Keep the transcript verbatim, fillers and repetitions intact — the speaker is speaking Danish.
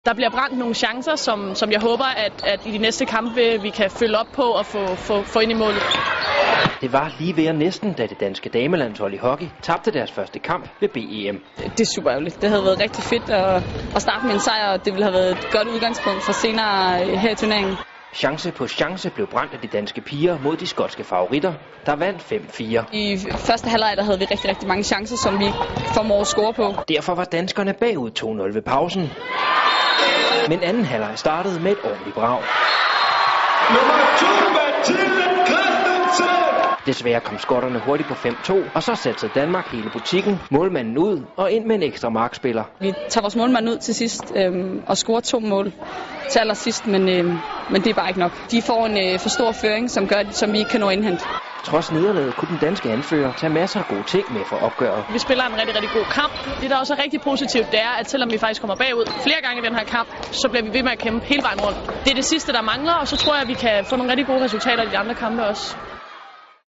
Der bliver brændt nogle chancer, som, som jeg håber, at, at i de næste kampe vi kan følge op på og få, få, få ind i målet. Det var lige ved næsten, da det danske damelandshold i hockey tabte deres første kamp ved B E M. Det er super ærgerligt. Det havde været rigtig fedt at, at starte med en sejr, og det ville have været et godt udgangspunkt for senere her i turneringen. Chance på chance blev brændt af de danske piger mod de skotske favoritter, der vandt fem fire. I første halvleg der havde vi rigtig, rigtig mange chancer, som vi formår at score på. Derfor var danskerne bagud to nul ved pausen. Men anden halvleg startede med et ordentligt brag. Desværre kom skotterne hurtigt på fem to, og så satte Danmark hele butikken, målmanden ud og ind med en ekstra markspiller. Vi tager vores målmand ud til sidst øhm, og scorer to mål til allersidst, men, øhm, men det er bare ikke nok. De får en øh, for stor føring, som gør, som vi ikke kan nå indhente. Trods nederlaget kunne den danske anfører tage masser af gode ting med fra opgøret. Vi spiller en rigtig, rigtig god kamp. Det, der også er rigtig positivt, det er, at selvom vi faktisk kommer bagud flere gange i den her kamp, så bliver vi ved med at kæmpe hele vejen rundt. Det er det sidste, der mangler, og så tror jeg, at vi kan få nogle rigtig gode resultater i de andre kampe også.